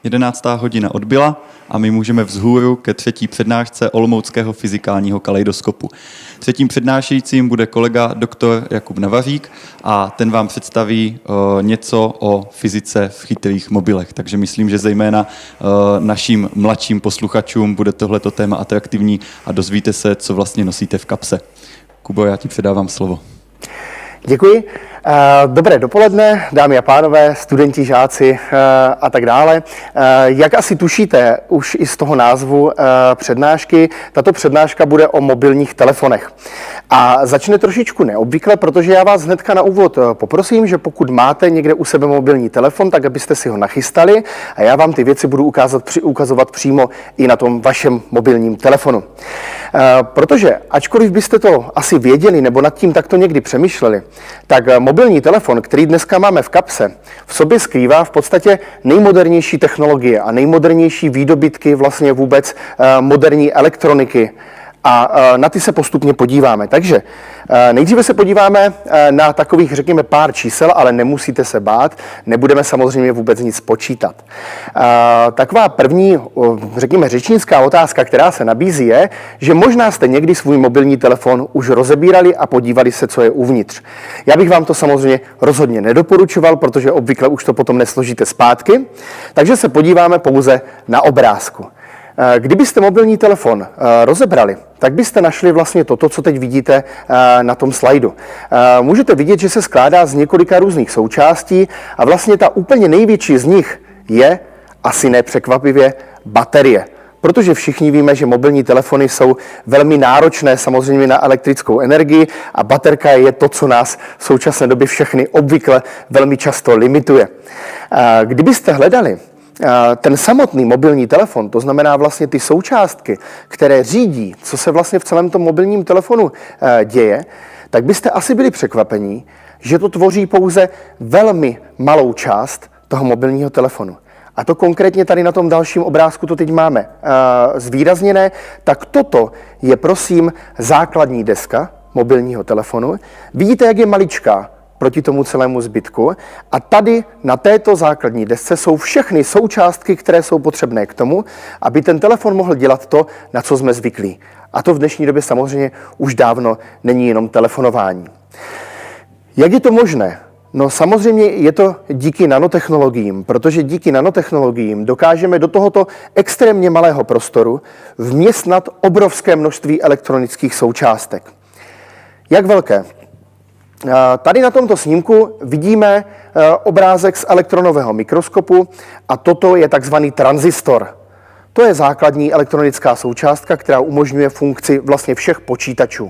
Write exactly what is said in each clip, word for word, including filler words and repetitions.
Jedenáctá hodina odbyla a my můžeme vzhůru ke třetí přednášce Olomouckého fyzikálního kaleidoskopu. Třetím přednášejícím bude kolega doktor Jakub Navařík a ten vám představí uh, něco o fyzice v chytrých mobilech. Takže myslím, že zejména uh, našim mladším posluchačům bude tohleto téma atraktivní a dozvíte se, co vlastně nosíte v kapse. Kubo, já ti předávám slovo. Děkuji. Dobré dopoledne, dámy a pánové, studenti, žáci a tak dále. Jak asi tušíte už i z toho názvu přednášky, tato přednáška bude o mobilních telefonech. A začne trošičku neobvykle, protože já vás hnedka na úvod poprosím, že pokud máte někde u sebe mobilní telefon, tak abyste si ho nachystali a já vám ty věci budu ukázat, ukazovat přímo i na tom vašem mobilním telefonu. Protože ačkoliv byste to asi věděli nebo nad tím takto někdy přemýšleli, tak mobilní telefon, který dneska máme v kapse, v sobě skrývá v podstatě nejmodernější technologie a nejmodernější výdobytky vlastně vůbec moderní elektroniky. A na ty se postupně podíváme. Takže nejdříve se podíváme na takových, řekněme, pár čísel, ale nemusíte se bát, nebudeme samozřejmě vůbec nic počítat. Taková první, řekněme, řečnická otázka, která se nabízí, je, že možná jste někdy svůj mobilní telefon už rozebírali a podívali se, co je uvnitř. Já bych vám to samozřejmě rozhodně nedoporučoval, protože obvykle už to potom nesložíte zpátky, takže se podíváme pouze na obrázku. Kdybyste mobilní telefon rozebrali, tak byste našli vlastně toto, co teď vidíte na tom slajdu. Můžete vidět, že se skládá z několika různých součástí a vlastně ta úplně největší z nich je, asi nepřekvapivě, baterie. Protože všichni víme, že mobilní telefony jsou velmi náročné samozřejmě na elektrickou energii a baterka je to, co nás v současné době všechny obvykle velmi často limituje. Kdybyste hledali ten samotný mobilní telefon, to znamená vlastně ty součástky, které řídí, co se vlastně v celém tom mobilním telefonu děje, tak byste asi byli překvapení, že to tvoří pouze velmi malou část toho mobilního telefonu. A to konkrétně tady na tom dalším obrázku to teď máme zvýrazněné, tak toto je prosím základní deska mobilního telefonu. Vidíte, jak je maličká proti tomu celému zbytku. A tady na této základní desce jsou všechny součástky, které jsou potřebné k tomu, aby ten telefon mohl dělat to, na co jsme zvyklí. A to v dnešní době samozřejmě už dávno není jenom telefonování. Jak je to možné? No samozřejmě je to díky nanotechnologiím, protože díky nanotechnologiím dokážeme do tohoto extrémně malého prostoru vměstnat obrovské množství elektronických součástek. Jak velké? Tady na tomto snímku vidíme obrázek z elektronového mikroskopu a toto je takzvaný tranzistor. To je základní elektronická součástka, která umožňuje funkci vlastně všech počítačů.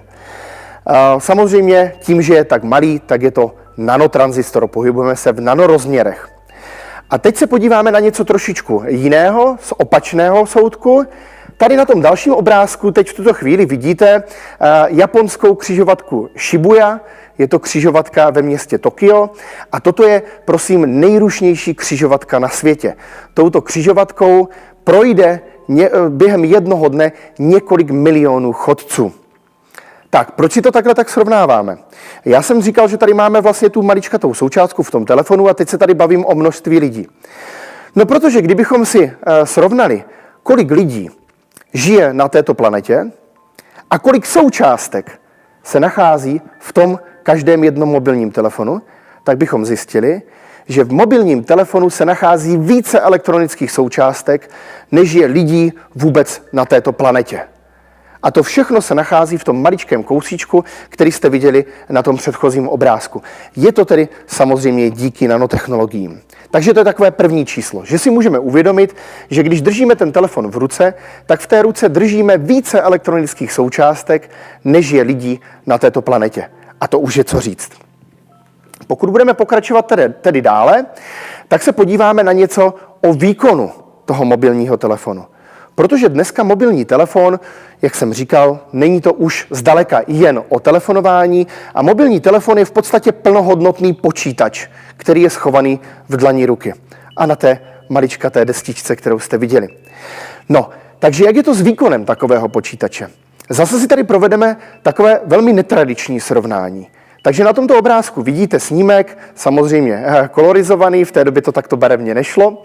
Samozřejmě tím, že je tak malý, tak je to nanotranzistor, pohybujeme se v nanorozměrech. A teď se podíváme na něco trošičku jiného, z opačného soudku. Tady na tom dalším obrázku teď v tuto chvíli vidíte japonskou křižovatku Shibuya. Je to křižovatka ve městě Tokio a toto je, prosím, nejrušnější křižovatka na světě. Touto křižovatkou projde ně, během jednoho dne několik milionů chodců. Tak, proč si to takhle tak srovnáváme? Já jsem říkal, že tady máme vlastně tu maličkatou součástku v tom telefonu a teď se tady bavím o množství lidí. No protože kdybychom si srovnali, kolik lidí žije na této planetě a kolik součástek se nachází v tom každém jednom mobilním telefonu, tak bychom zjistili, že v mobilním telefonu se nachází více elektronických součástek, než je lidí vůbec na této planetě. A to všechno se nachází v tom maličkém kousíčku, který jste viděli na tom předchozím obrázku. Je to tedy samozřejmě díky nanotechnologiím. Takže to je takové první číslo, že si můžeme uvědomit, že když držíme ten telefon v ruce, tak v té ruce držíme více elektronických součástek, než je lidí na této planetě. A to už je co říct. Pokud budeme pokračovat tedy, tedy dále, tak se podíváme na něco o výkonu toho mobilního telefonu. Protože dneska mobilní telefon, jak jsem říkal, není to už zdaleka jen o telefonování a mobilní telefon je v podstatě plnohodnotný počítač, který je schovaný v dlani ruky a na té maličkaté destičce, kterou jste viděli. No, takže jak je to s výkonem takového počítače? Zase si tady provedeme takové velmi netradiční srovnání. Takže na tomto obrázku vidíte snímek, samozřejmě kolorizovaný, v té době to takto barevně nešlo.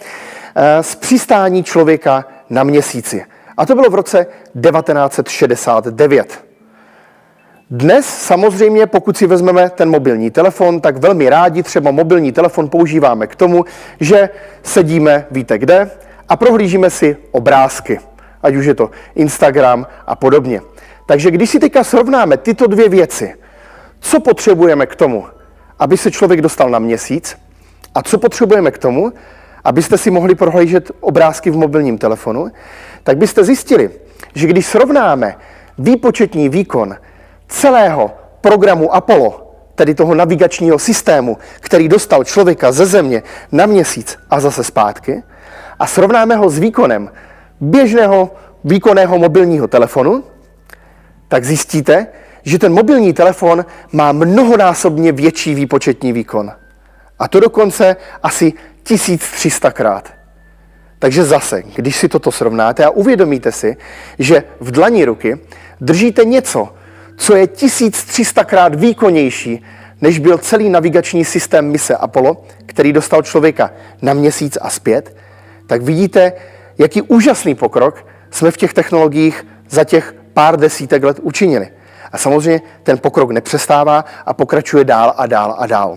z přistání člověka na Měsíci. A to bylo v roce devatenáct set šedesát devět. Dnes samozřejmě, pokud si vezmeme ten mobilní telefon, tak velmi rádi třeba mobilní telefon používáme k tomu, že sedíme, víte kde, a prohlížíme si obrázky, ať už je to Instagram a podobně. Takže když si teďka srovnáme tyto dvě věci, co potřebujeme k tomu, aby se člověk dostal na Měsíc, a co potřebujeme k tomu, abyste si mohli prohlížet obrázky v mobilním telefonu, tak byste zjistili, že když srovnáme výpočetní výkon celého programu Apollo, tedy toho navigačního systému, který dostal člověka ze Země na Měsíc a zase zpátky, a srovnáme ho s výkonem běžného výkonného mobilního telefonu, tak zjistíte, že ten mobilní telefon má mnohonásobně větší výpočetní výkon. A to dokonce asi tisíc tři sta krát. Takže zase, když si toto srovnáte a uvědomíte si, že v dlani ruky držíte něco, co je tisíc tři sta krát výkonnější, než byl celý navigační systém mise Apollo, který dostal člověka na Měsíc a zpět, tak vidíte, jaký úžasný pokrok jsme v těch technologiích za těch pár desítek let učinili. A samozřejmě ten pokrok nepřestává a pokračuje dál a dál a dál.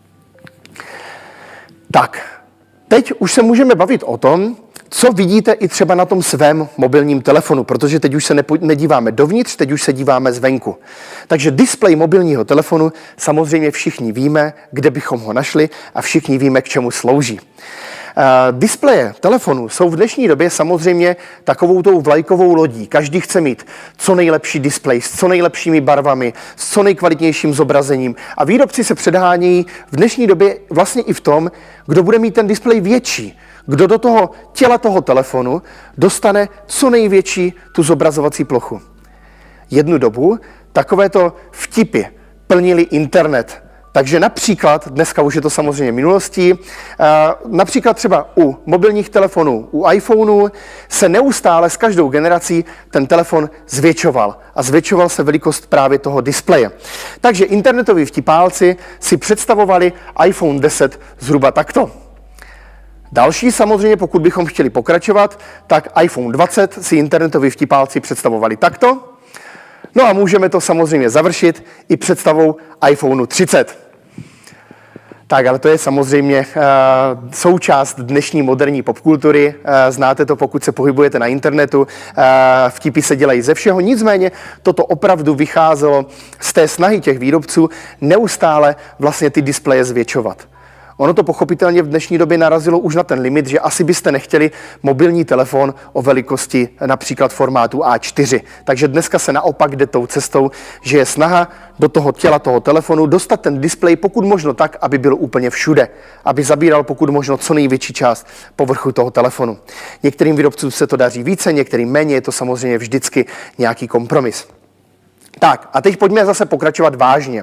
Tak, teď už se můžeme bavit o tom, co vidíte i třeba na tom svém mobilním telefonu, protože teď už se nedíváme dovnitř, teď už se díváme zvenku. Takže displej mobilního telefonu samozřejmě všichni víme, kde bychom ho našli a všichni víme, k čemu slouží. Uh, displeje telefonů jsou v dnešní době samozřejmě takovou tou vlajkovou lodí. Každý chce mít co nejlepší displej s co nejlepšími barvami, s co nejkvalitnějším zobrazením. A výrobci se předhánějí v dnešní době vlastně i v tom, kdo bude mít ten displej větší, kdo do toho těla toho telefonu dostane co největší tu zobrazovací plochu. Jednu dobu takovéto vtipy plnili internet. Takže například, dneska už je to samozřejmě minulostí, například třeba u mobilních telefonů, u iPhoneu se neustále s každou generací ten telefon zvětšoval a zvětšoval se velikost právě toho displeje. Takže internetoví vtipálci si představovali iPhone deset zhruba takto. Další samozřejmě, pokud bychom chtěli pokračovat, tak iPhone dvacet si internetoví vtipálci představovali takto. No a můžeme to samozřejmě završit i představou iPhone třicet. Tak, ale to je samozřejmě uh, součást dnešní moderní popkultury. Uh, znáte to, pokud se pohybujete na internetu. Uh, vtipy se dělají ze všeho. Nicméně toto opravdu vycházelo z té snahy těch výrobců neustále vlastně ty displeje zvětšovat. Ono to pochopitelně v dnešní době narazilo už na ten limit, že asi byste nechtěli mobilní telefon o velikosti například formátu A čtyři. Takže dneska se naopak jde tou cestou, že je snaha do toho těla toho telefonu dostat ten displej pokud možno tak, aby byl úplně všude, aby zabíral pokud možno co největší část povrchu toho telefonu. Některým výrobcům se to daří více, některým méně, je to samozřejmě vždycky nějaký kompromis. Tak a teď pojďme zase pokračovat vážně.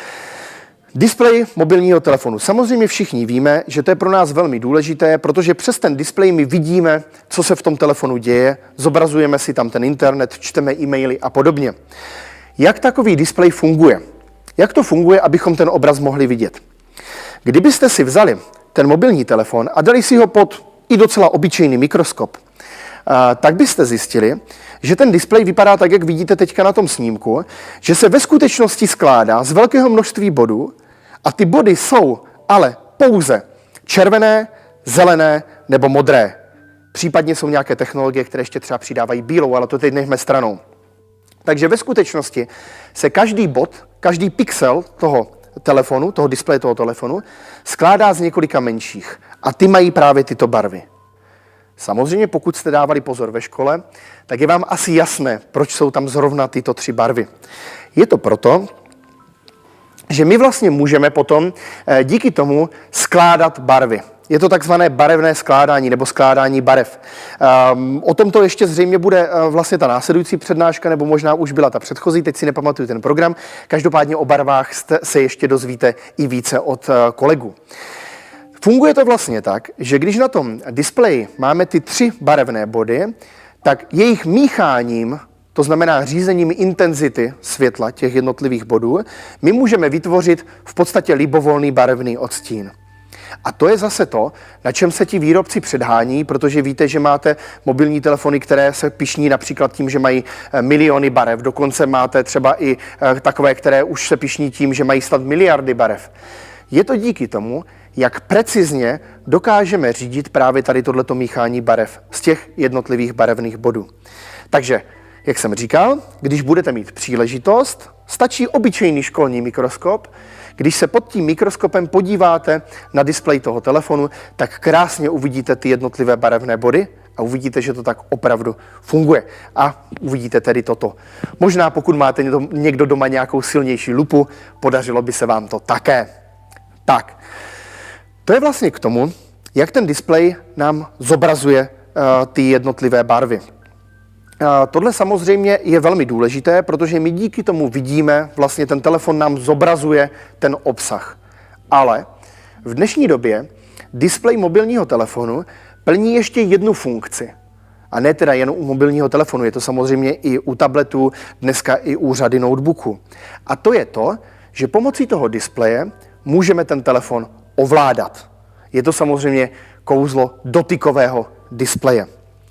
Displej mobilního telefonu. Samozřejmě všichni víme, že to je pro nás velmi důležité, protože přes ten displej my vidíme, co se v tom telefonu děje, zobrazujeme si tam ten internet, čteme e-maily a podobně. Jak takový displej funguje? Jak to funguje, abychom ten obraz mohli vidět? Kdybyste si vzali ten mobilní telefon a dali si ho pod i docela obyčejný mikroskop, tak byste zjistili, že ten displej vypadá tak, jak vidíte teďka na tom snímku, že se ve skutečnosti skládá z velkého množství bodů a ty body jsou ale pouze červené, zelené nebo modré. Případně jsou nějaké technologie, které ještě třeba přidávají bílou, ale to teď nechme stranou. Takže ve skutečnosti se každý bod, každý pixel toho telefonu, toho displeje toho telefonu, skládá z několika menších a ty mají právě tyto barvy. Samozřejmě, pokud jste dávali pozor ve škole, tak je vám asi jasné, proč jsou tam zrovna tyto tři barvy. Je to proto, že my vlastně můžeme potom díky tomu skládat barvy. Je to takzvané barevné skládání nebo skládání barev. Um, o tom to ještě zřejmě bude uh, vlastně ta následující přednáška, nebo možná už byla ta předchozí, teď si nepamatuju ten program. Každopádně o barvách jste, se ještě dozvíte i více od uh, kolegů. Funguje to vlastně tak, že když na tom displeji máme ty tři barevné body, tak jejich mícháním, to znamená řízením intenzity světla těch jednotlivých bodů, my můžeme vytvořit v podstatě libovolný barevný odstín. A to je zase to, na čem se ti výrobci předhání, protože víte, že máte mobilní telefony, které se pyšní například tím, že mají miliony barev. Dokonce máte třeba i takové, které už se pyšní tím, že mají snad miliardy barev. Je to díky tomu, jak precizně dokážeme řídit právě tady tohleto míchání barev z těch jednotlivých barevných bodů. Takže, jak jsem říkal, když budete mít příležitost, stačí obyčejný školní mikroskop. Když se pod tím mikroskopem podíváte na displej toho telefonu, tak krásně uvidíte ty jednotlivé barevné body a uvidíte, že to tak opravdu funguje. A uvidíte tedy toto. Možná pokud máte někdo doma nějakou silnější lupu, podařilo by se vám to také. Tak, to je vlastně k tomu, jak ten displej nám zobrazuje uh, ty jednotlivé barvy. Uh, tohle samozřejmě je velmi důležité, protože my díky tomu vidíme, vlastně ten telefon nám zobrazuje ten obsah. Ale v dnešní době displej mobilního telefonu plní ještě jednu funkci. A ne teda jen u mobilního telefonu, je to samozřejmě i u tabletu, dneska i u řady notebooků. A to je to, že pomocí toho displeje můžeme ten telefon ovládat. Je to samozřejmě kouzlo dotykového displeje.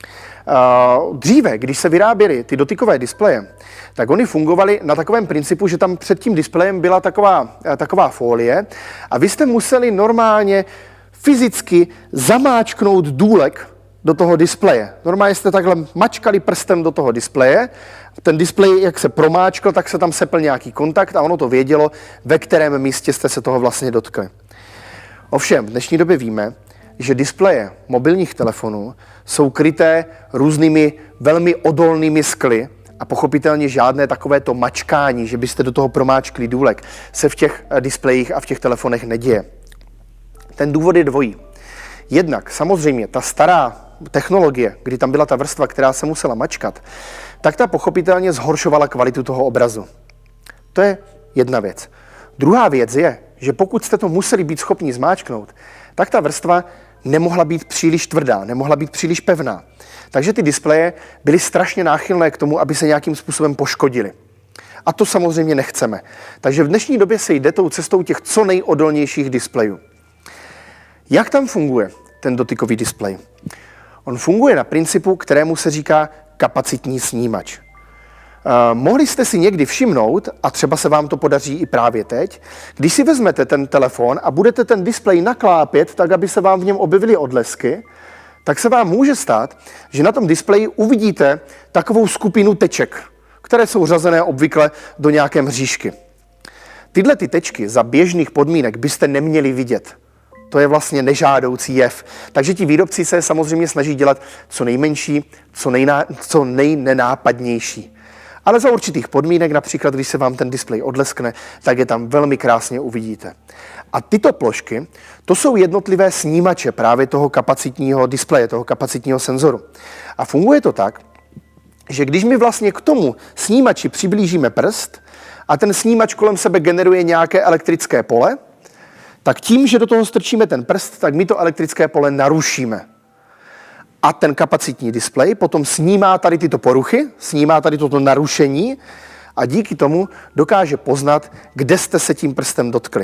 Dříve, když se vyráběly ty dotykové displeje, tak oni fungovaly na takovém principu, že tam před tím displejem byla taková, taková folie a vy jste museli normálně fyzicky zamáčknout důlek do toho displeje. Normálně jste takhle mačkali prstem do toho displeje, ten displej, jak se promáčkl, tak se tam sepl nějaký kontakt a ono to vědělo, ve kterém místě jste se toho vlastně dotkli. Ovšem, v dnešní době víme, že displeje mobilních telefonů jsou kryté různými velmi odolnými skly a pochopitelně žádné takovéto mačkání, že byste do toho promáčkli důlek, se v těch displejích a v těch telefonech neděje. Ten důvod je dvojí. Jednak samozřejmě ta stará technologie, kdy tam byla ta vrstva, která se musela mačkat, tak ta pochopitelně zhoršovala kvalitu toho obrazu. To je jedna věc. Druhá věc je, že pokud jste to museli být schopni zmáčknout, tak ta vrstva nemohla být příliš tvrdá, nemohla být příliš pevná. Takže ty displeje byly strašně náchylné k tomu, aby se nějakým způsobem poškodily. A to samozřejmě nechceme. Takže v dnešní době se jde tou cestou těch co nejodolnějších displejů. Jak tam funguje ten dotykový displej? On funguje na principu, kterému se říká kapacitní snímač. Uh, mohli jste si někdy všimnout, a třeba se vám to podaří i právě teď, když si vezmete ten telefon a budete ten displej naklápět tak, aby se vám v něm objevily odlesky, tak se vám může stát, že na tom displeji uvidíte takovou skupinu teček, které jsou řazené obvykle do nějaké mřížky. Tyhle ty tečky za běžných podmínek byste neměli vidět. To je vlastně nežádoucí jev. Takže ti výrobci se samozřejmě snaží dělat co nejmenší, co, nejná, co nejnenápadnější. Ale za určitých podmínek, například když se vám ten displej odleskne, tak je tam velmi krásně uvidíte. A tyto plošky, to jsou jednotlivé snímače právě toho kapacitního displeje, toho kapacitního senzoru. A funguje to tak, že když my vlastně k tomu snímači přiblížíme prst a ten snímač kolem sebe generuje nějaké elektrické pole, tak tím, že do toho strčíme ten prst, tak my to elektrické pole narušíme. A ten kapacitní displej potom snímá tady tyto poruchy, snímá tady toto narušení a díky tomu dokáže poznat, kde jste se tím prstem dotkli.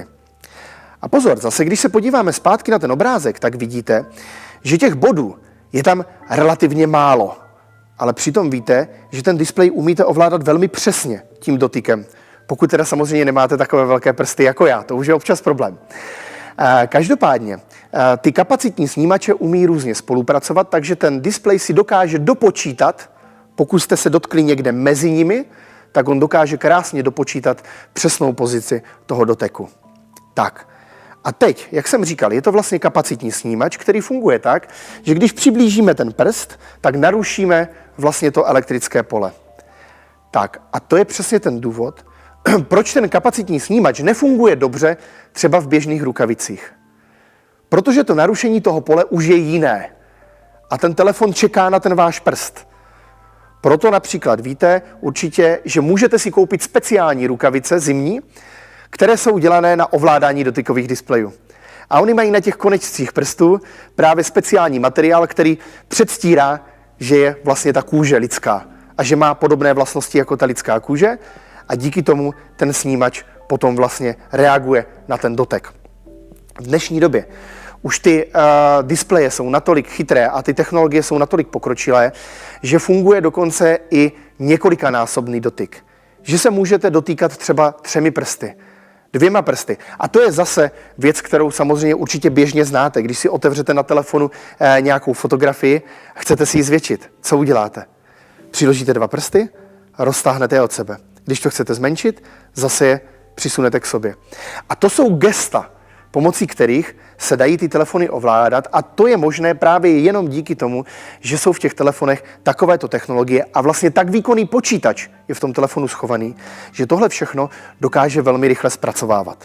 A pozor, zase když se podíváme zpátky na ten obrázek, tak vidíte, že těch bodů je tam relativně málo. Ale přitom víte, že ten displej umíte ovládat velmi přesně tím dotykem. Pokud teda samozřejmě nemáte takové velké prsty jako já, to už je občas problém. Každopádně, ty kapacitní snímače umí různě spolupracovat, takže ten displej si dokáže dopočítat, pokud jste se dotkli někde mezi nimi, tak on dokáže krásně dopočítat přesnou pozici toho doteku. Tak, a teď, jak jsem říkal, je to vlastně kapacitní snímač, který funguje tak, že když přiblížíme ten prst, tak narušíme vlastně to elektrické pole. Tak, a to je přesně ten důvod, proč ten kapacitní snímač nefunguje dobře třeba v běžných rukavicích. Protože to narušení toho pole už je jiné. A ten telefon čeká na ten váš prst. Proto například víte určitě, že můžete si koupit speciální rukavice zimní, které jsou dělané na ovládání dotykových displejů. A oni mají na těch konečcích prstů právě speciální materiál, který předstírá, že je vlastně ta kůže lidská a že má podobné vlastnosti jako ta lidská kůže a díky tomu ten snímač potom vlastně reaguje na ten dotek. V dnešní době už ty uh, displeje jsou natolik chytré a ty technologie jsou natolik pokročilé, že funguje dokonce i několikanásobný dotyk. Že se můžete dotýkat třeba třemi prsty, dvěma prsty. A to je zase věc, kterou samozřejmě určitě běžně znáte. Když si otevřete na telefonu eh, nějakou fotografii a chcete si ji zvětšit, co uděláte? Přiložíte dva prsty a roztáhnete je od sebe. Když to chcete zmenšit, zase je přisunete k sobě. A to jsou gesta, pomocí kterých se dají ty telefony ovládat a to je možné právě jenom díky tomu, že jsou v těch telefonech takovéto technologie a vlastně tak výkonný počítač je v tom telefonu schovaný, že tohle všechno dokáže velmi rychle zpracovávat.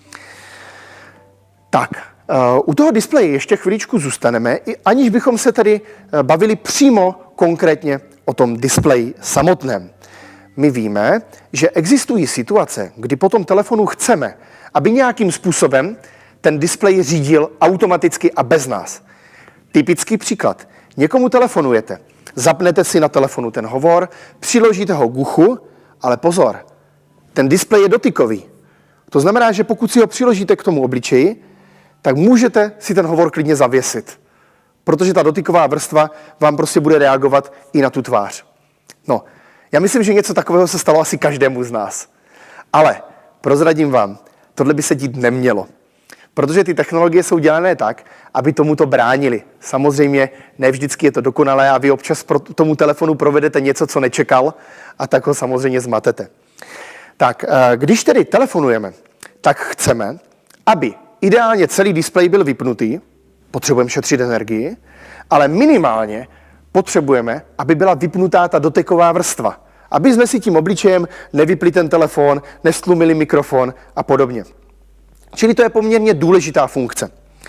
Tak, u toho displeje ještě chviličku zůstaneme, aniž bychom se tedy bavili přímo konkrétně o tom displeji samotném. My víme, že existují situace, kdy po tom telefonu chceme, aby nějakým způsobem ten displej řídil automaticky a bez nás. Typický příklad. Někomu telefonujete, zapnete si na telefonu ten hovor, přiložíte ho k uchu, ale pozor, ten displej je dotykový. To znamená, že pokud si ho přiložíte k tomu obličeji, tak můžete si ten hovor klidně zavěsit, protože ta dotyková vrstva vám prostě bude reagovat i na tu tvář. No, já myslím, že něco takového se stalo asi každému z nás. Ale prozradím vám, tohle by se dít nemělo. Protože ty technologie jsou dělané tak, aby tomuto bránili. Samozřejmě ne vždycky je to dokonalé a vy občas pro tomu telefonu provedete něco, co nečekal a tak ho samozřejmě zmatete. Tak, když tedy telefonujeme, tak chceme, aby ideálně celý displej byl vypnutý, potřebujeme šetřit energii, ale minimálně potřebujeme, aby byla vypnutá ta doteková vrstva. Aby jsme si tím obličejem nevypli ten telefon, nestlumili mikrofon a podobně. Čili to je poměrně důležitá funkce.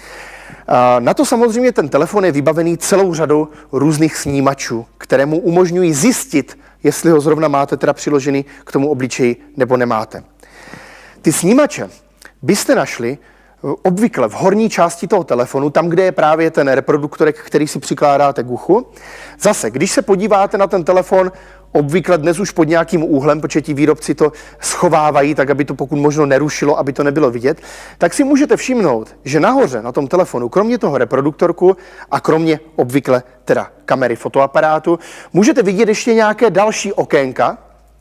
Na to samozřejmě ten telefon je vybavený celou řadou různých snímačů, které mu umožňují zjistit, jestli ho zrovna máte teda přiložený k tomu obličeji nebo nemáte. Ty snímače byste našli obvykle v horní části toho telefonu, tam, kde je právě ten reproduktorek, který si přikládáte k uchu. Zase, když se podíváte na ten telefon, obvykle dnes už pod nějakým úhlem, protože ti výrobci to schovávají, tak aby to pokud možno nerušilo, aby to nebylo vidět, tak si můžete všimnout, že nahoře na tom telefonu, kromě toho reproduktorku a kromě obvykle teda kamery fotoaparátu, můžete vidět ještě nějaké další okénka,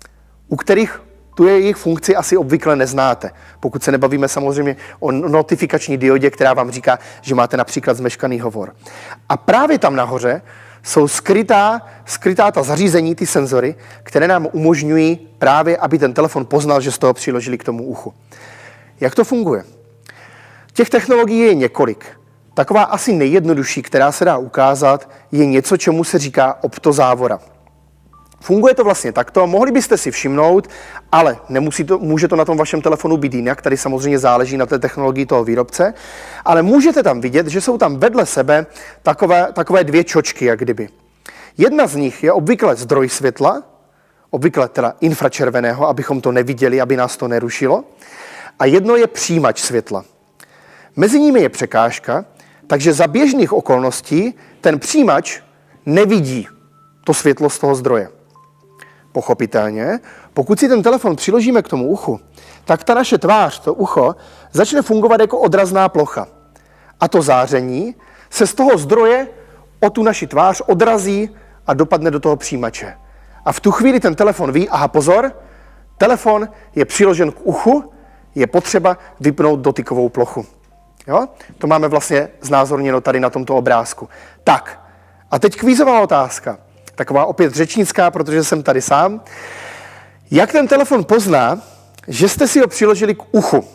u kterých tu je jejich funkci asi obvykle neznáte. Pokud se nebavíme samozřejmě o notifikační diodě, která vám říká, že máte například zmeškaný hovor. A právě tam nahoře jsou skrytá, skrytá ta zařízení, ty senzory, které nám umožňují právě, aby ten telefon poznal, že z toho přiložili k tomu uchu. Jak to funguje? Těch technologií je několik. Taková asi nejjednodušší, která se dá ukázat, je něco, čemu se říká optozávora. Funguje to vlastně takto, mohli byste si všimnout, ale nemusí to, může to na tom vašem telefonu být jinak, tady samozřejmě záleží na té technologii toho výrobce, ale můžete tam vidět, že jsou tam vedle sebe takové, takové dvě čočky, jak kdyby. Jedna z nich je obvykle zdroj světla, obvykle teda infračerveného, abychom to neviděli, aby nás to nerušilo, a jedno je přijímač světla. Mezi nimi je překážka, takže za běžných okolností ten přijímač nevidí to světlo z toho zdroje. Pochopitelně, pokud si ten telefon přiložíme k tomu uchu, tak ta naše tvář, to ucho, začne fungovat jako odrazná plocha. A to záření se z toho zdroje o tu naši tvář odrazí a dopadne do toho přijímače. A v tu chvíli ten telefon ví, aha pozor, telefon je přiložen k uchu, je potřeba vypnout dotykovou plochu. Jo? To máme vlastně znázorněno tady na tomto obrázku. Tak, a teď kvízová otázka. Taková opět řečnická, protože jsem tady sám. Jak ten telefon pozná, že jste si ho přiložili k uchu?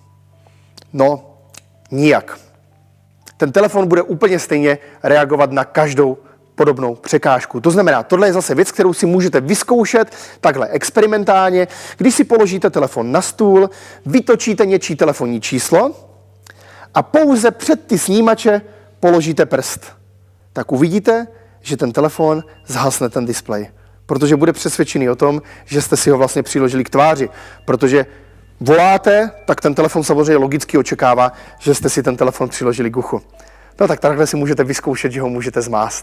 No, nijak. Ten telefon bude úplně stejně reagovat na každou podobnou překážku. To znamená, tohle je zase věc, kterou si můžete vyzkoušet takhle experimentálně. Když si položíte telefon na stůl, vytočíte něčí telefonní číslo a pouze před ty snímače položíte prst. Tak uvidíte, že ten telefon zhasne ten displej, protože bude přesvědčený o tom, že jste si ho vlastně přiložili k tváři, protože voláte, tak ten telefon samozřejmě logicky očekává, že jste si ten telefon přiložili k uchu. No tak takhle si můžete vyzkoušet, že ho můžete zmást.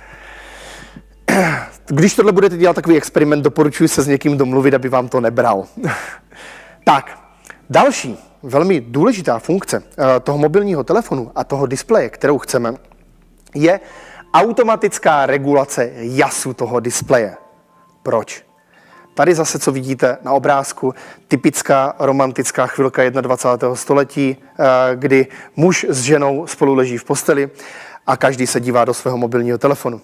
Když tohle budete dělat takový experiment, doporučuji se s někým domluvit, aby vám to nebral. Tak, další. velmi důležitá funkce toho mobilního telefonu a toho displeje, kterou chceme, je automatická regulace jasu toho displeje. Proč? Tady zase, co vidíte na obrázku, typická romantická chvilka dvacátého prvního století, kdy muž s ženou spolu leží v posteli a každý se dívá do svého mobilního telefonu.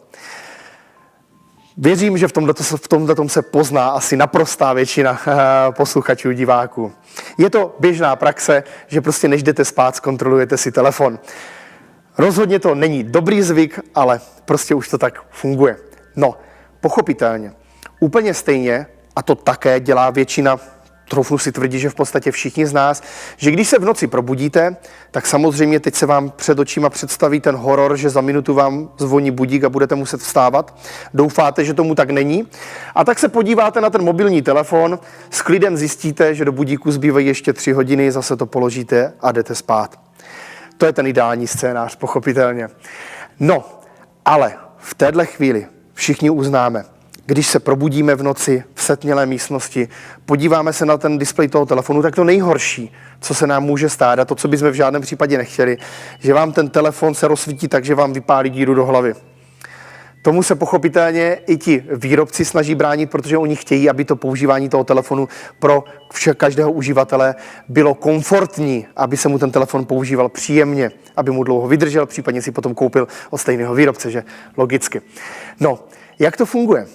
Věřím, že v tomto, v tomto se pozná asi naprostá většina posluchačů, diváků. Je to běžná praxe, že prostě než jdete spát, zkontrolujete si telefon. Rozhodně to není dobrý zvyk, ale prostě už to tak funguje. No, pochopitelně. Úplně stejně, a to také dělá většina, troufnu si tvrdit, že v podstatě všichni z nás, že když se v noci probudíte, tak samozřejmě teď se vám před očima představí ten horor, že za minutu vám zvoní budík a budete muset vstávat. Doufáte, že tomu tak není. A tak se podíváte na ten mobilní telefon, s klidem zjistíte, že do budíku zbývají ještě tři hodiny, zase to položíte a jdete spát. To je ten ideální scénář, pochopitelně. No, ale v téhle chvíli všichni uznáme, když se probudíme v noci v setmělé místnosti, podíváme se na ten displej toho telefonu, tak to nejhorší, co se nám může stát, a to, co bychom v žádném případě nechtěli, že vám ten telefon se rozsvítí tak, že vám vypálí díru do hlavy. Tomu se pochopitelně i ti výrobci snaží bránit, protože oni chtějí, aby to používání toho telefonu pro každého uživatele bylo komfortní, aby se mu ten telefon používal příjemně, aby mu dlouho vydržel, případně si potom koupil od stejného výrobce, že logicky. No, jak to funguje?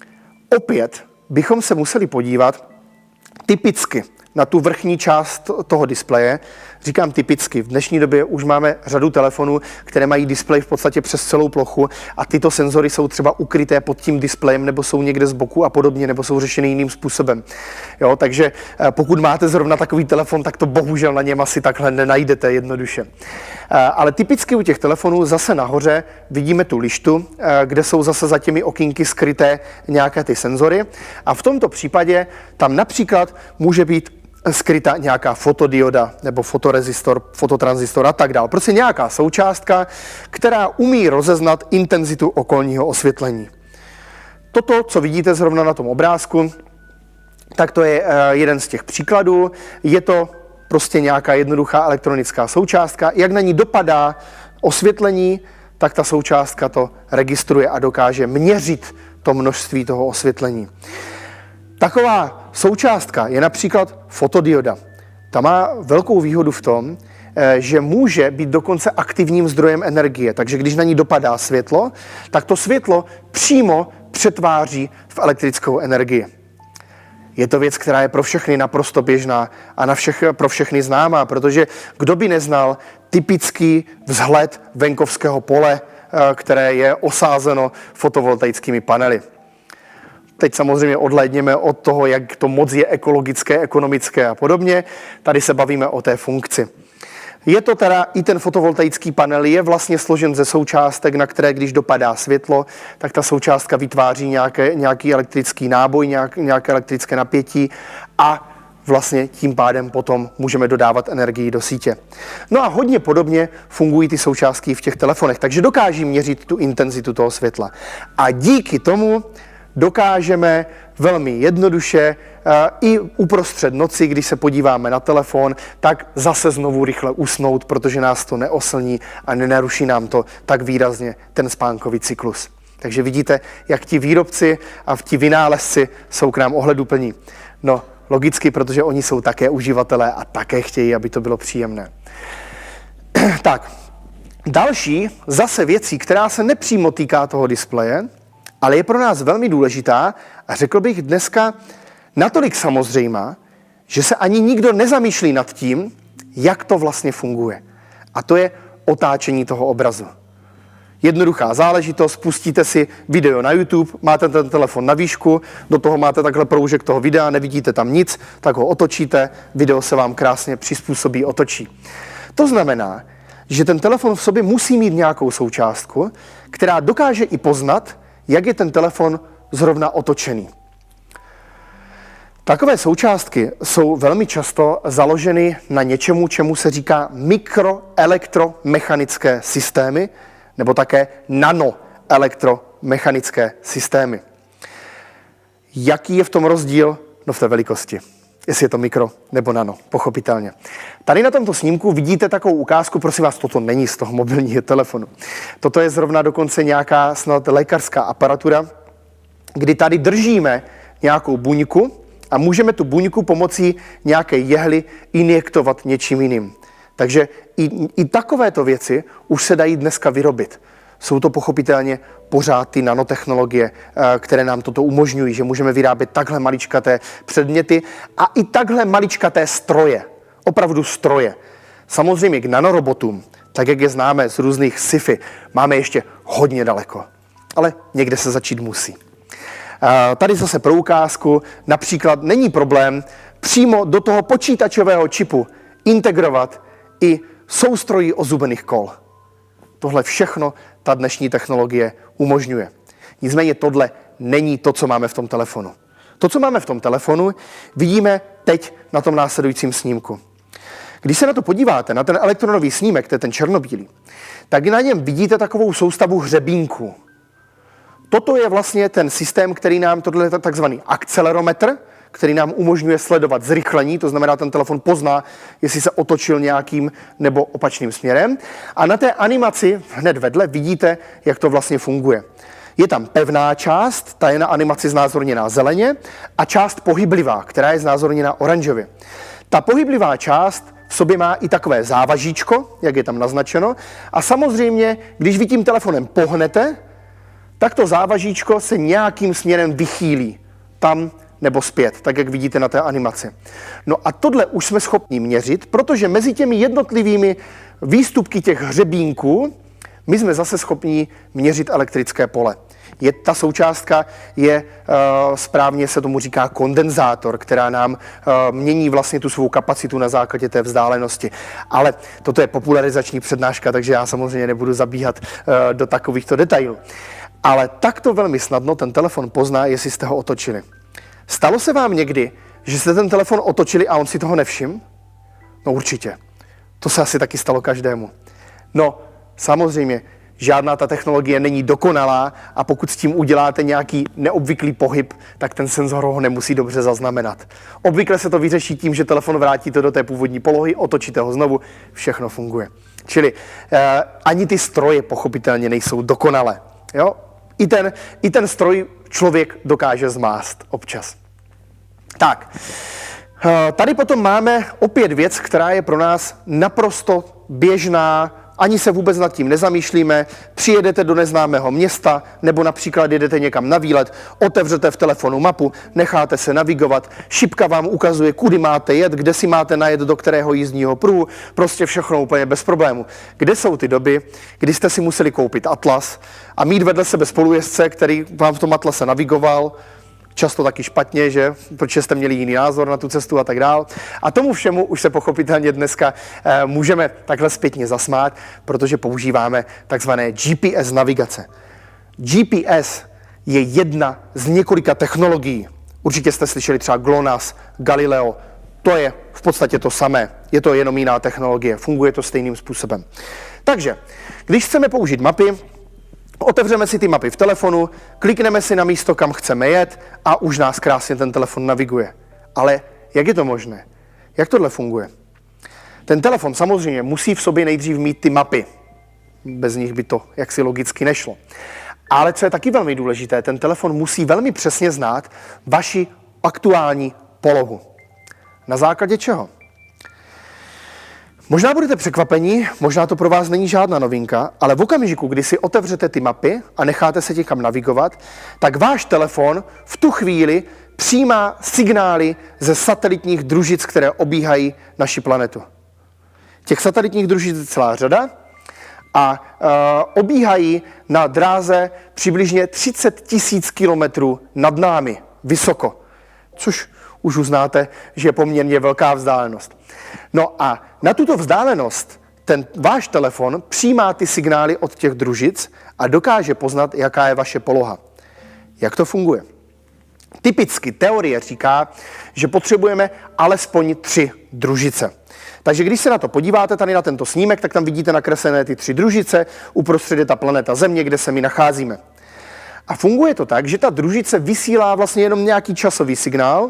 Opět bychom se museli podívat typicky na tu vrchní část toho displeje. Říkám typicky, v dnešní době už máme řadu telefonů, které mají displej v podstatě přes celou plochu a tyto senzory jsou třeba ukryté pod tím displejem nebo jsou někde z boku a podobně, nebo jsou řešeny jiným způsobem. Jo, takže pokud máte zrovna takový telefon, tak to bohužel na něm asi takhle nenajdete jednoduše. Ale typicky u těch telefonů zase nahoře vidíme tu lištu, kde jsou zase za těmi okýnky skryté nějaké ty senzory a v tomto případě tam například může být skrytá nějaká fotodioda nebo fotorezistor, fototranzistor a tak dále. Prostě nějaká součástka, která umí rozeznat intenzitu okolního osvětlení. Toto, co vidíte zrovna na tom obrázku, tak to je jeden z těch příkladů. Je to prostě nějaká jednoduchá elektronická součástka. Jak na ní dopadá osvětlení, tak ta součástka to registruje a dokáže měřit to množství toho osvětlení. Taková součástka je například fotodioda. Ta má velkou výhodu v tom, že může být dokonce aktivním zdrojem energie. Takže když na ní dopadá světlo, tak to světlo přímo přetváří v elektrickou energii. Je to věc, která je pro všechny naprosto běžná a na všech, pro všechny známá, protože kdo by neznal typický vzhled venkovského pole, které je osázeno fotovoltaickými panely. Teď samozřejmě odhlédněme od toho, jak to moc je ekologické, ekonomické a podobně. Tady se bavíme o té funkci. Je to teda, i ten fotovoltaický panel je vlastně složen ze součástek, na které, když dopadá světlo, tak ta součástka vytváří nějaké, nějaký elektrický náboj, nějak, nějaké elektrické napětí a vlastně tím pádem potom můžeme dodávat energii do sítě. No a hodně podobně fungují ty součástky v těch telefonech, takže dokáží měřit tu intenzitu toho světla. A díky tomu dokážeme velmi jednoduše i uprostřed noci, když se podíváme na telefon, tak zase znovu rychle usnout, protože nás to neoslní a nenaruší nám to tak výrazně ten spánkový cyklus. Takže vidíte, jak ti výrobci a ti vynálezci jsou k nám ohleduplní. No, logicky, protože oni jsou také uživatelé a také chtějí, aby to bylo příjemné. Tak, další zase věcí, která se nepřímo týká toho displeje, ale je pro nás velmi důležitá a řekl bych dneska natolik samozřejmá, že se ani nikdo nezamýšlí nad tím, jak to vlastně funguje. A to je otáčení toho obrazu. Jednoduchá záležitost, pustíte si video na YouTube, máte ten telefon na výšku, do toho máte takhle proužek toho videa, nevidíte tam nic, tak ho otočíte, video se vám krásně přizpůsobí, otočí. To znamená, že ten telefon v sobě musí mít nějakou součástku, která dokáže i poznat, jak je ten telefon zrovna otočený. Takové součástky jsou velmi často založeny na něčemu, čemu se říká mikroelektromechanické systémy, nebo také nanoelektromechanické systémy. Jaký je v tom rozdíl? No v té velikosti. jestli je to mikro nebo nano, pochopitelně. Tady na tomto snímku vidíte takovou ukázku, prosím vás, toto není z toho mobilního telefonu. Toto je zrovna dokonce nějaká snad lékařská aparatura, kdy tady držíme nějakou buňku a můžeme tu buňku pomocí nějaké jehly injektovat něčím jiným. Takže i, i takovéto věci už se dají dneska vyrobit. Jsou to pochopitelně pořád ty nanotechnologie, které nám toto umožňují, že můžeme vyrábět takhle maličkaté předměty a i takhle maličkaté stroje. Opravdu stroje. Samozřejmě k nanorobotům, tak jak je známe z různých sci-fi, máme ještě hodně daleko. Ale někde se začít musí. Tady zase pro ukázku, například není problém přímo do toho počítačového čipu integrovat i soustrojí ozubených kol. Tohle všechno ta dnešní technologie umožňuje. Nicméně tohle není to, co máme v tom telefonu. To, co máme v tom telefonu, vidíme teď na tom následujícím snímku. Když se na to podíváte, na ten elektronový snímek, to je ten černobílý, tak na něm vidíte takovou soustavu hřebínků. Toto je vlastně ten systém, který nám, tohle je takzvaný akcelerometr, který nám umožňuje sledovat zrychlení, to znamená, ten telefon pozná, jestli se otočil nějakým nebo opačným směrem. A na té animaci hned vedle vidíte, jak to vlastně funguje. Je tam pevná část, ta je na animaci znázorněná zeleně, a část pohyblivá, která je znázorněná oranžově. Ta pohyblivá část v sobě má i takové závažíčko, jak je tam naznačeno, a samozřejmě, když vy tím telefonem pohnete, tak to závažíčko se nějakým směrem vychýlí tam nebo zpět, tak jak vidíte na té animaci. No a tohle už jsme schopni měřit, protože mezi těmi jednotlivými výstupky těch hřebínků my jsme zase schopni měřit elektrické pole. Je, ta součástka je, uh, správně se tomu říká kondenzátor, která nám uh, mění vlastně tu svou kapacitu na základě té vzdálenosti. Ale toto je popularizační přednáška, takže já samozřejmě nebudu zabíhat uh, do takovýchto detailů. Ale takto velmi snadno ten telefon pozná, jestli jste ho otočili. Stalo se vám někdy, že jste ten telefon otočili a on si toho nevšiml? No určitě. To se asi taky stalo každému. No, samozřejmě, žádná ta technologie není dokonalá a pokud s tím uděláte nějaký neobvyklý pohyb, tak ten senzor ho nemusí dobře zaznamenat. Obvykle se to vyřeší tím, že telefon vrátíte do té původní polohy, otočíte ho znovu, všechno funguje. Čili eh, ani ty stroje pochopitelně nejsou dokonalé. Jo? I ten, I ten stroj člověk dokáže zmást občas. Tak, tady potom máme opět věc, která je pro nás naprosto běžná, ani se vůbec nad tím nezamýšlíme. Přijedete do neznámého města nebo například jedete někam na výlet, otevřete v telefonu mapu, necháte se navigovat, šipka vám ukazuje, kudy máte jet, kde si máte najet, do kterého jízdního pruhu, prostě všechno úplně bez problému. Kde jsou ty doby, kdy jste si museli koupit atlas a mít vedle sebe spolujezdce, který vám v tom atlase navigoval, často taky špatně, že? Protože jste měli jiný názor na tu cestu a tak dál. A tomu všemu už se pochopitelně dneska e, můžeme takhle zpětně zasmát, protože používáme takzvané G P S navigace. G P S je jedna z několika technologií. Určitě jste slyšeli třeba GLONASS, Galileo. To je v podstatě to samé. Je to jenom jiná technologie. Funguje to stejným způsobem. Takže, když chceme použít mapy, otevřeme si ty mapy v telefonu, klikneme si na místo, kam chceme jet a už nás krásně ten telefon naviguje. Ale jak je to možné? Jak tohle funguje? Ten telefon samozřejmě musí v sobě nejdřív mít ty mapy. Bez nich by to jaksi logicky nešlo. Ale co je taky velmi důležité, ten telefon musí velmi přesně znát vaši aktuální polohu. Na základě čeho? Možná budete překvapeni, možná to pro vás není žádná novinka, ale v okamžiku, kdy si otevřete ty mapy a necháte se někam navigovat, tak váš telefon v tu chvíli přijímá signály ze satelitních družic, které obíhají naši planetu. Těch satelitních družic je celá řada a uh, obíhají na dráze přibližně třicet tisíc kilometrů nad námi, vysoko, což už uznáte, že je poměrně velká vzdálenost. No a na tuto vzdálenost ten váš telefon přijímá ty signály od těch družic a dokáže poznat, jaká je vaše poloha. Jak to funguje? Typicky teorie říká, že potřebujeme alespoň tři družice. Takže když se na to podíváte tady na tento snímek, tak tam vidíte nakreslené ty tři družice, uprostřed je ta planeta Země, kde se my nacházíme. A funguje to tak, že ta družice vysílá vlastně jenom nějaký časový signál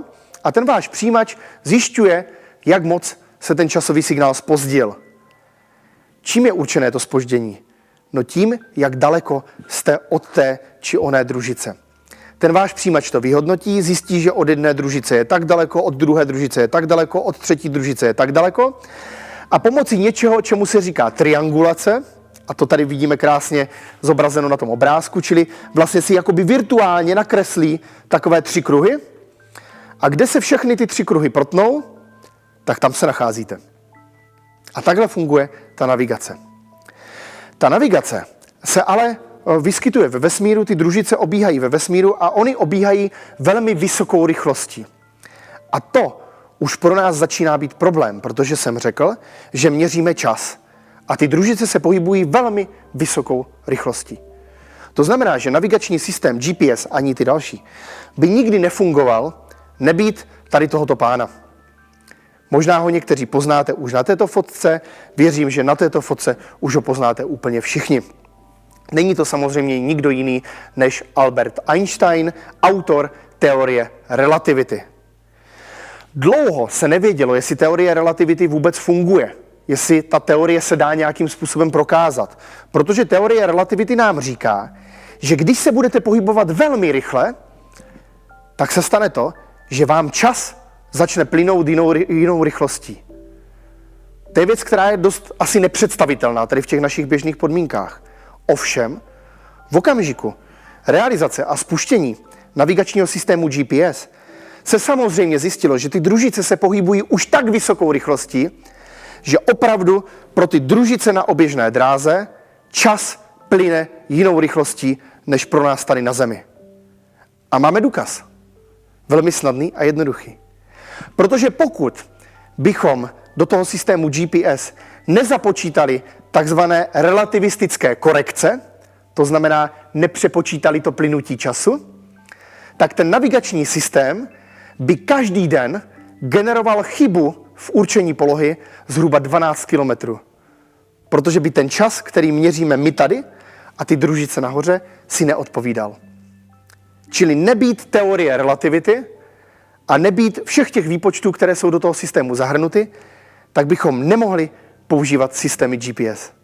a ten váš přijímač zjišťuje, jak moc se ten časový signál zpozdil. Čím je určené to zpoždění? No tím, jak daleko jste od té či oné družice. Ten váš přijímač to vyhodnotí, zjistí, že od jedné družice je tak daleko, od druhé družice je tak daleko, od třetí družice je tak daleko. A pomocí něčeho, čemu se říká triangulace, a to tady vidíme krásně zobrazeno na tom obrázku, čili vlastně si jakoby virtuálně nakreslí takové tři kruhy. A kde se všechny ty tři kruhy protnou, tak tam se nacházíte. A takhle funguje ta navigace. Ta navigace se ale vyskytuje ve vesmíru, ty družice obíhají ve vesmíru a oni obíhají velmi vysokou rychlostí. A to už pro nás začíná být problém, protože jsem řekl, že měříme čas. A ty družice se pohybují velmi vysokou rychlostí. To znamená, že navigační systém G P S ani ty další by nikdy nefungoval nebýt tady tohoto pána. Možná ho někteří poznáte už na této fotce, věřím, že na této fotce už ho poznáte úplně všichni. Není to samozřejmě nikdo jiný než Albert Einstein, autor teorie relativity. Dlouho se nevědělo, jestli teorie relativity vůbec funguje, jestli ta teorie se dá nějakým způsobem prokázat. Protože teorie relativity nám říká, že když se budete pohybovat velmi rychle, tak se stane to, že vám čas začne plynout jinou, jinou rychlostí. To je věc, která je dost asi nepředstavitelná tady v těch našich běžných podmínkách. Ovšem, v okamžiku realizace a spuštění navigačního systému G P S se samozřejmě zjistilo, že ty družice se pohybují už tak vysokou rychlostí, že opravdu pro ty družice na oběžné dráze čas plyne jinou rychlostí, než pro nás tady na Zemi. A máme důkaz. Velmi snadný a jednoduchý. Protože pokud bychom do toho systému G P S nezapočítali takzvané relativistické korekce, to znamená nepřepočítali to plynutí času, tak ten navigační systém by každý den generoval chybu v určení polohy zhruba dvanáct kilometrů. Protože by ten čas, který měříme my tady a ty družice nahoře, si neodpovídal. Čili nebýt teorie relativity a nebýt všech těch výpočtů, které jsou do toho systému zahrnuty, tak bychom nemohli používat systémy G P S.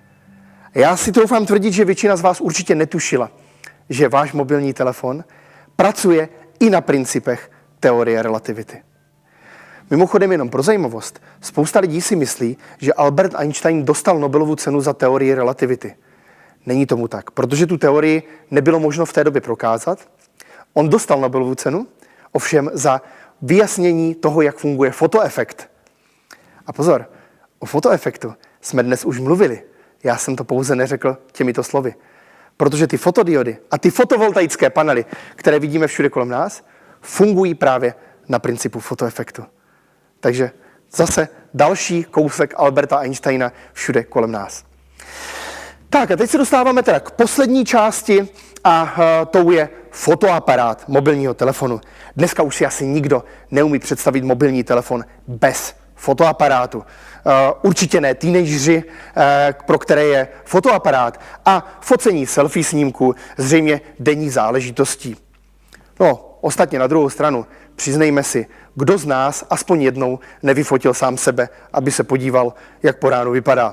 Já si troufám tvrdit, že většina z vás určitě netušila, že váš mobilní telefon pracuje i na principech teorie relativity. Mimochodem jenom pro zajímavost, spousta lidí si myslí, že Albert Einstein dostal Nobelovu cenu za teorii relativity. Není tomu tak, protože tu teorii nebylo možno v té době prokázat. On dostal Nobelovu cenu, ovšem za vyjasnění toho, jak funguje fotoefekt. A pozor, o fotoefektu jsme dnes už mluvili. Já jsem to pouze neřekl těmito slovy. Protože ty fotodiody a ty fotovoltaické panely, které vidíme všude kolem nás, fungují právě na principu fotoefektu. Takže zase další kousek Alberta Einsteina všude kolem nás. Tak a teď se dostáváme teda k poslední části a uh, tou je fotoaparát mobilního telefonu. Dneska už si asi nikdo neumí představit mobilní telefon bez fotoaparátu. Uh, určitě ne teenageři, uh, pro které je fotoaparát a focení selfie snímku zřejmě denní záležitostí. No, ostatně na druhou stranu, přiznejme si, kdo z nás aspoň jednou nevyfotil sám sebe, aby se podíval, jak po ránu vypadá.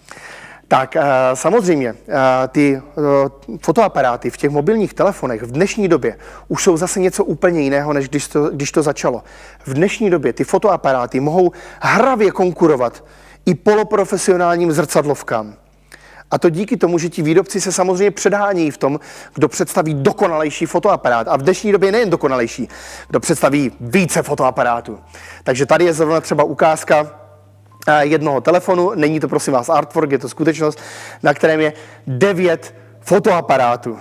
Tak samozřejmě ty fotoaparáty v těch mobilních telefonech v dnešní době už jsou zase něco úplně jiného, než když to, když to začalo. V dnešní době ty fotoaparáty mohou hravě konkurovat i poloprofesionálním zrcadlovkám. A to díky tomu, že ti výrobci se samozřejmě předhánějí v tom, kdo představí dokonalejší fotoaparát. A v dnešní době nejen dokonalejší, kdo představí více fotoaparátů. Takže tady je zrovna třeba ukázka jednoho telefonu, není to prosím vás artwork, je to skutečnost, na kterém je devět fotoaparátů.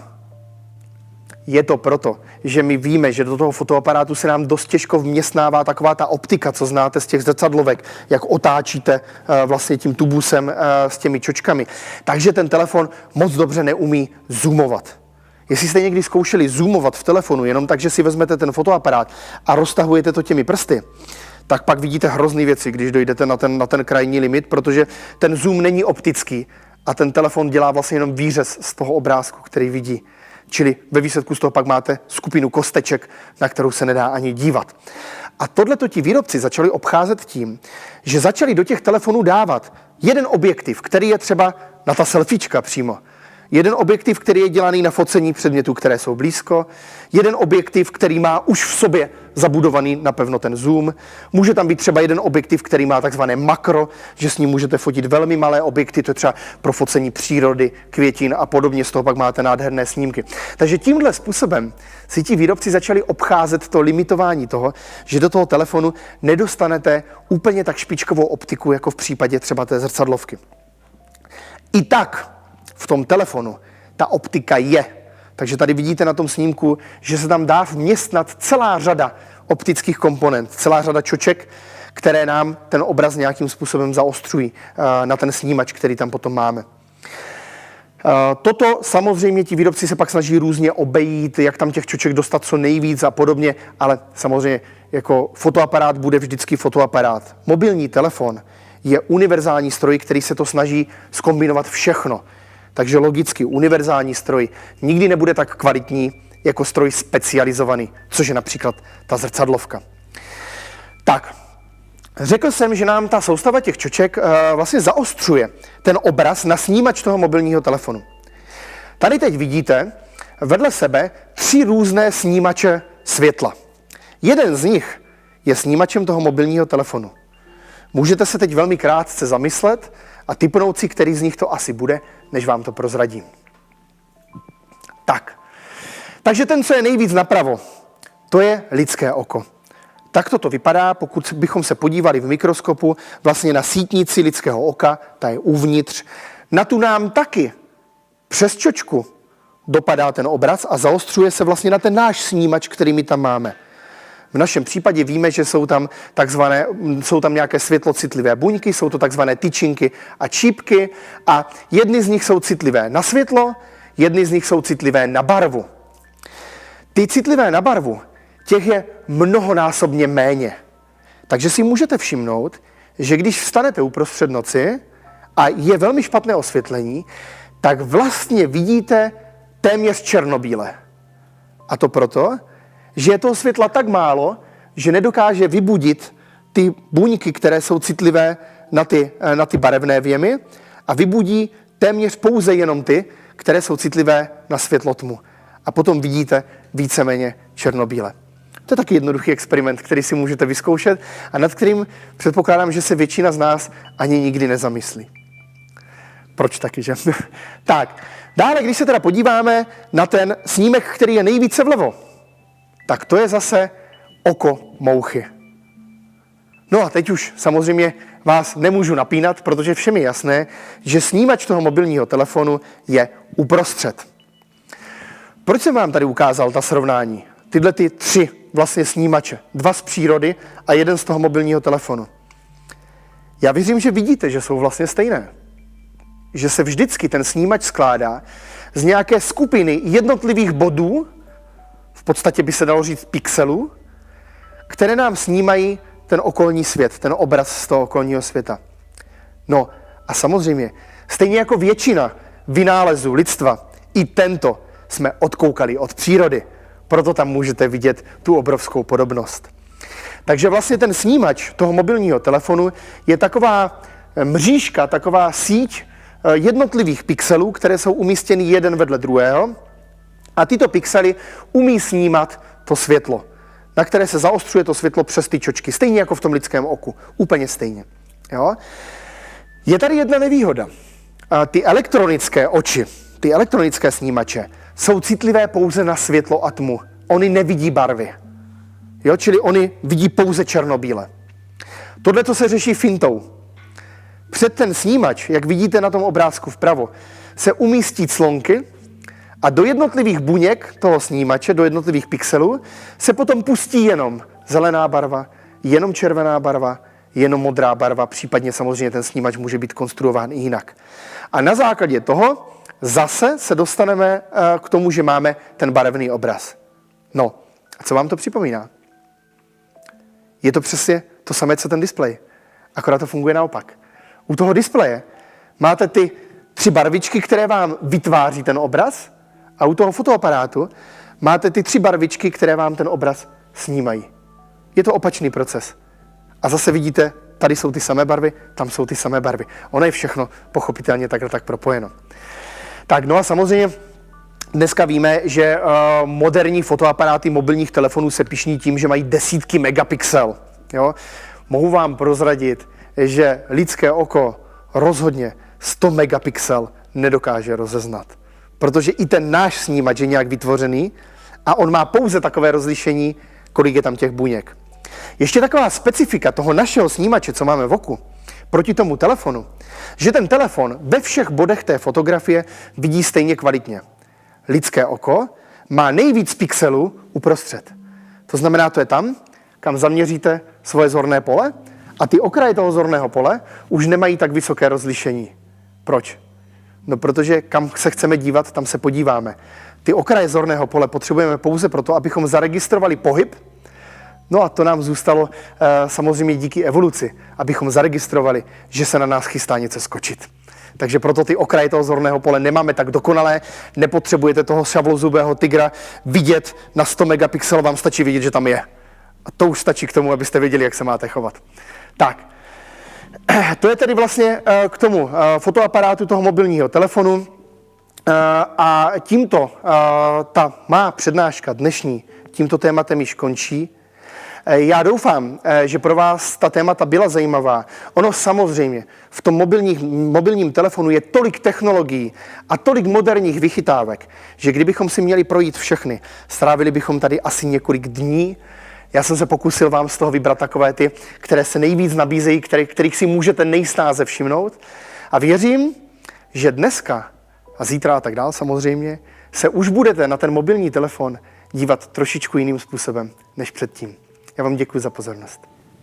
Je to proto, že my víme, že do toho fotoaparátu se nám dost těžko vměstnává taková ta optika, co znáte z těch zrcadlovek, jak otáčíte vlastně tím tubusem s těmi čočkami. Takže ten telefon moc dobře neumí zoomovat. Jestli jste někdy zkoušeli zoomovat v telefonu, jenom tak, že si vezmete ten fotoaparát a roztahujete to těmi prsty, tak pak vidíte hrozný věci, když dojdete na ten, na ten krajní limit, protože ten zoom není optický a ten telefon dělá vlastně jenom výřez z toho obrázku, který vidí. Čili ve výsledku z toho pak máte skupinu kosteček, na kterou se nedá ani dívat. A tohleto ti výrobci začali obcházet tím, že začali do těch telefonů dávat jeden objektiv, který je třeba na ta selfiečka přímo. Jeden objektiv, který je dělaný na focení předmětů, které jsou blízko. Jeden objektiv, který má už v sobě zabudovaný napevno ten zoom. Může tam být třeba jeden objektiv, který má takzvané makro, že s ním můžete fotit velmi malé objekty, to je třeba pro focení přírody, květin a podobně, z toho pak máte nádherné snímky. Takže tímhle způsobem si ti výrobci začali obcházet to limitování toho, že do toho telefonu nedostanete úplně tak špičkovou optiku, jako v případě třeba té zrcadlovky. I tak v tom telefonu ta optika je. Takže tady vidíte na tom snímku, že se tam dá vměstnat celá řada optických komponent, celá řada čoček, které nám ten obraz nějakým způsobem zaostřují na ten snímač, který tam potom máme. Toto samozřejmě ti výrobci se pak snaží různě obejít, jak tam těch čoček dostat co nejvíc a podobně, ale samozřejmě jako fotoaparát bude vždycky fotoaparát. Mobilní telefon je univerzální stroj, který se to snaží zkombinovat všechno. Takže logicky univerzální stroj nikdy nebude tak kvalitní jako stroj specializovaný, což je například ta zrcadlovka. Tak, řekl jsem, že nám ta soustava těch čoček uh, vlastně zaostřuje ten obraz na snímač toho mobilního telefonu. Tady teď vidíte vedle sebe tři různé snímače světla. Jeden z nich je snímačem toho mobilního telefonu. Můžete se teď velmi krátce zamyslet a tipnout si, který z nich to asi bude, než vám to prozradím. Tak. Takže ten, co je nejvíc napravo, to je lidské oko. Tak to vypadá, pokud bychom se podívali v mikroskopu vlastně na sítnici lidského oka, ta je uvnitř. Na tu nám taky přes čočku dopadá ten obraz a zaostřuje se vlastně na ten náš snímač, který my tam máme. V našem případě víme, že jsou tam, takzvané, jsou tam nějaké světlocitlivé buňky, jsou to takzvané tyčinky a čípky a jedny z nich jsou citlivé na světlo, jedny z nich jsou citlivé na barvu. Ty citlivé na barvu, těch je mnohonásobně méně. Takže si můžete všimnout, že když vstanete uprostřed noci a je velmi špatné osvětlení, tak vlastně vidíte téměř černobíle. A to proto, že je toho světla tak málo, že nedokáže vybudit ty buňky, které jsou citlivé na ty, na ty barevné vjemy a vybudí téměř pouze jenom ty, které jsou citlivé na světlotmu. A potom vidíte víceméně černobíle. To je taky jednoduchý experiment, který si můžete vyzkoušet a nad kterým předpokládám, že se většina z nás ani nikdy nezamyslí. Proč taky, že? Tak, dále, když se teda podíváme na ten snímek, který je nejvíce vlevo, tak to je zase oko mouchy. No a teď už samozřejmě vás nemůžu napínat, protože všem je jasné, že snímač toho mobilního telefonu je uprostřed. Proč jsem vám tady ukázal ta srovnání? Tyhle ty tři vlastně snímače. Dva z přírody a jeden z toho mobilního telefonu. Já věřím, že vidíte, že jsou vlastně stejné. Že se vždycky ten snímač skládá z nějaké skupiny jednotlivých bodů, v podstatě by se dalo říct pixelů, které nám snímají ten okolní svět, ten obraz z toho okolního světa. No a samozřejmě, stejně jako většina vynálezů lidstva, i tento jsme odkoukali od přírody, proto tam můžete vidět tu obrovskou podobnost. Takže vlastně ten snímač toho mobilního telefonu je taková mřížka, taková síť jednotlivých pixelů, které jsou umístěny jeden vedle druhého a tyto pixely umí snímat to světlo, na které se zaostřuje to světlo přes ty čočky, stejně jako v tom lidském oku, úplně stejně. Jo? Je tady jedna nevýhoda. Ty elektronické oči, ty elektronické snímače jsou citlivé pouze na světlo a tmu. Oni nevidí barvy. Jo? Čili oni vidí pouze černobíle. Tohle to se řeší fintou. Před ten snímač, jak vidíte na tom obrázku vpravo, se umístí clonky a do jednotlivých buněk toho snímače, do jednotlivých pixelů, se potom pustí jenom zelená barva, jenom červená barva, jenom modrá barva, případně samozřejmě ten snímač může být konstruován i jinak. A na základě toho zase se dostaneme k tomu, že máme ten barevný obraz. No, a co vám to připomíná? Je to přesně to samé, co ten displej. Akorát to funguje naopak. U toho displeje máte ty tři barvičky, které vám vytváří ten obraz, a u toho fotoaparátu máte ty tři barvičky, které vám ten obraz snímají. je to opačný proces. A zase vidíte, tady jsou ty samé barvy, tam jsou ty samé barvy. Ono je všechno pochopitelně takhle tak propojeno. Tak no a samozřejmě dneska víme, že uh, moderní fotoaparáty mobilních telefonů se pyšní tím, že mají desítky megapixel. Jo? Mohu vám prozradit, že lidské oko rozhodně sto megapixel nedokáže rozeznat. Protože i ten náš snímač je nějak vytvořený a on má pouze takové rozlišení, kolik je tam těch buněk. Ještě taková specifika toho našeho snímače, co máme v oku, proti tomu telefonu, že ten telefon ve všech bodech té fotografie vidí stejně kvalitně. Lidské oko má nejvíc pixelů uprostřed. To znamená, to je tam, kam zaměříte svoje zorné pole a ty okraje toho zorného pole už nemají tak vysoké rozlišení. Proč? No protože kam se chceme dívat, tam se podíváme. Ty okraje zorného pole potřebujeme pouze proto, abychom zaregistrovali pohyb. No a to nám zůstalo e, samozřejmě díky evoluci, abychom zaregistrovali, že se na nás chystá něco skočit. Takže proto ty okraje toho zorného pole nemáme tak dokonalé, nepotřebujete toho šavlozubého tygra vidět na sto megapixelů, vám stačí vidět, že tam je. A to už stačí k tomu, abyste věděli, jak se máte chovat. Tak, to je tedy vlastně e, k tomu e, fotoaparátu toho mobilního telefonu. E, a tímto e, ta má přednáška dnešní tímto tématem již končí. Já doufám, že pro vás ta témata byla zajímavá. Ono samozřejmě v tom mobilním, mobilním telefonu je tolik technologií a tolik moderních vychytávek, že kdybychom si měli projít všechny, strávili bychom tady asi několik dní. Já jsem se pokusil vám z toho vybrat takové ty, které se nejvíc nabízejí, který, kterých si můžete nejsnáze všimnout. A věřím, že dneska a zítra a tak dál samozřejmě se už budete na ten mobilní telefon dívat trošičku jiným způsobem než předtím. Já vám děkuji za pozornost.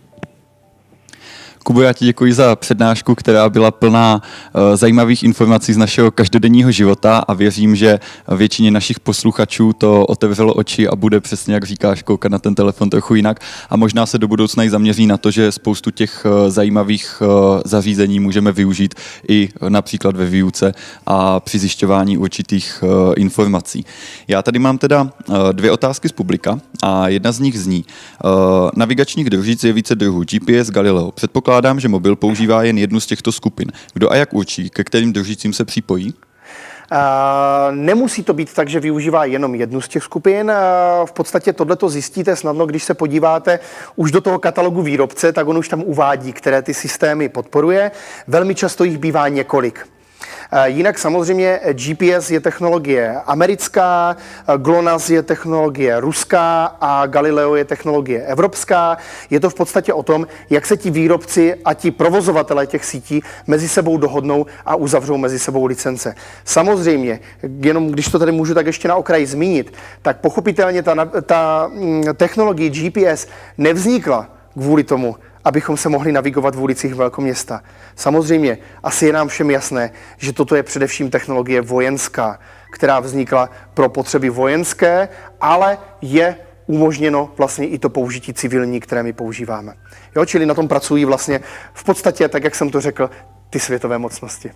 Kubo, já ti děkuji za přednášku, která byla plná uh, zajímavých informací z našeho každodenního života a věřím, že většině našich posluchačů to otevřelo oči a bude přesně, jak říkáš, koukat na ten telefon trochu jinak a možná se do budoucna i zaměří na to, že spoustu těch uh, zajímavých uh, zařízení můžeme využít i například ve výuce a při zjišťování určitých uh, informací. Já tady mám teda uh, dvě otázky z publika a jedna z nich zní. Uh, navigačních družic je více druhů, G P S, Galileo. Předpokládám, Předpokládám, že mobil používá jen jednu z těchto skupin. Kdo a jak určí, ke kterým družicím se připojí? Uh, nemusí to být tak, že využívá jenom jednu z těch skupin. Uh, v podstatě tohleto zjistíte snadno, když se podíváte už do toho katalogu výrobce, tak on už tam uvádí, které ty systémy podporuje. Velmi často jich bývá několik. Jinak samozřejmě G P S je technologie americká, GLONASS je technologie ruská a Galileo je technologie evropská. Je to v podstatě o tom, jak se ti výrobci a ti provozovatelé těch sítí mezi sebou dohodnou a uzavřou mezi sebou licence. Samozřejmě, jenom když to tady můžu tak ještě na okraji zmínit, tak pochopitelně ta, ta technologie G P S nevznikla kvůli tomu, abychom se mohli navigovat v ulicích velkoměsta. Samozřejmě, asi je nám všem jasné, že toto je především technologie vojenská, která vznikla pro potřeby vojenské, ale je umožněno vlastně i to použití civilní, které my používáme. Jo, čili na tom pracují vlastně v podstatě, tak jak jsem to řekl, ty světové mocnosti.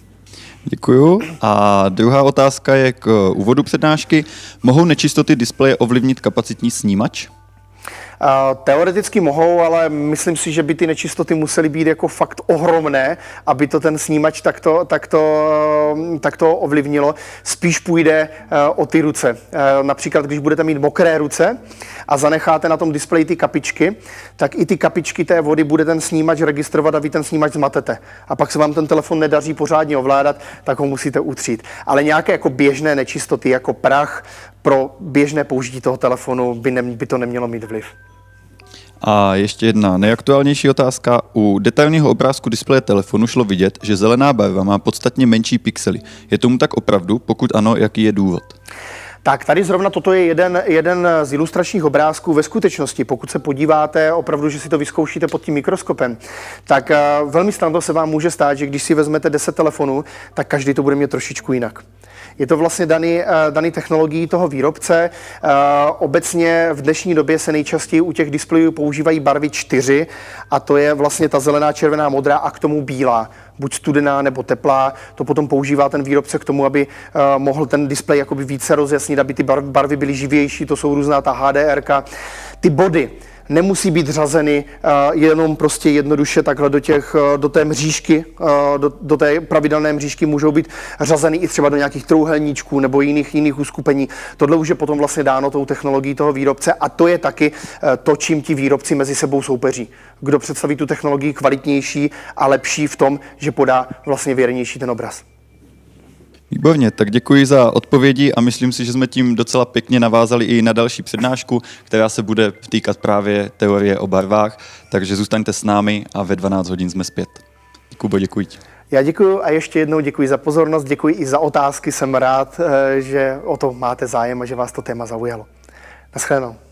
Děkuju. A druhá otázka je k úvodu přednášky. Mohou nečistoty displeje ovlivnit kapacitní snímač? Teoreticky mohou, ale myslím si, že by ty nečistoty musely být jako fakt ohromné, aby to ten snímač takto, takto, takto ovlivnilo. Spíš půjde o ty ruce. Například, když budete mít mokré ruce a zanecháte na tom displeji ty kapičky, tak i ty kapičky té vody bude ten snímač registrovat a vy ten snímač zmatete. A pak se vám ten telefon nedaří pořádně ovládat, tak ho musíte utřít. Ale nějaké jako běžné nečistoty, jako prach, pro běžné použití toho telefonu by, ne, by to nemělo mít vliv. A ještě jedna nejaktuálnější otázka. U detailního obrázku displeje telefonu šlo vidět, že zelená barva má podstatně menší pixely. Je tomu tak opravdu? Pokud ano, jaký je důvod? Tak tady zrovna toto je jeden, jeden z ilustračních obrázků. Ve skutečnosti, pokud se podíváte opravdu, že si to vyzkoušíte pod tím mikroskopem, tak uh, velmi snadno se vám může stát, že když si vezmete deset telefonů, tak každý to bude mít trošičku jinak. Je to vlastně daný, daný technologií toho výrobce. Obecně v dnešní době se nejčastěji u těch displejů používají barvy čtyři a to je vlastně ta zelená, červená, modrá a k tomu bílá. Buď studená nebo teplá, to potom používá ten výrobce k tomu, aby mohl ten displej jakoby více rozjasnit, aby ty barvy byly živější, to jsou různá ta H D R ka. Ty body nemusí být řazeny jenom prostě jednoduše takhle do, těch, do té mřížky, do, do té pravidelné mřížky, můžou být řazeny i třeba do nějakých trouhelníčků nebo jiných, jiných uskupení. Tohle už je potom vlastně dáno tou technologií toho výrobce a to je taky to, čím ti výrobci mezi sebou soupeří. Kdo představí tu technologii kvalitnější a lepší v tom, že podá vlastně věrnější ten obraz. Výborně, tak děkuji za odpovědi a myslím si, že jsme tím docela pěkně navázali i na další přednášku, která se bude týkat právě teorie o barvách, takže zůstaňte s námi a ve dvanáct hodin jsme zpět. Kubo, děkuji ti. Já děkuji a ještě jednou děkuji za pozornost, děkuji i za otázky, jsem rád, že o to máte zájem a že vás to téma zaujalo. Naschledanou.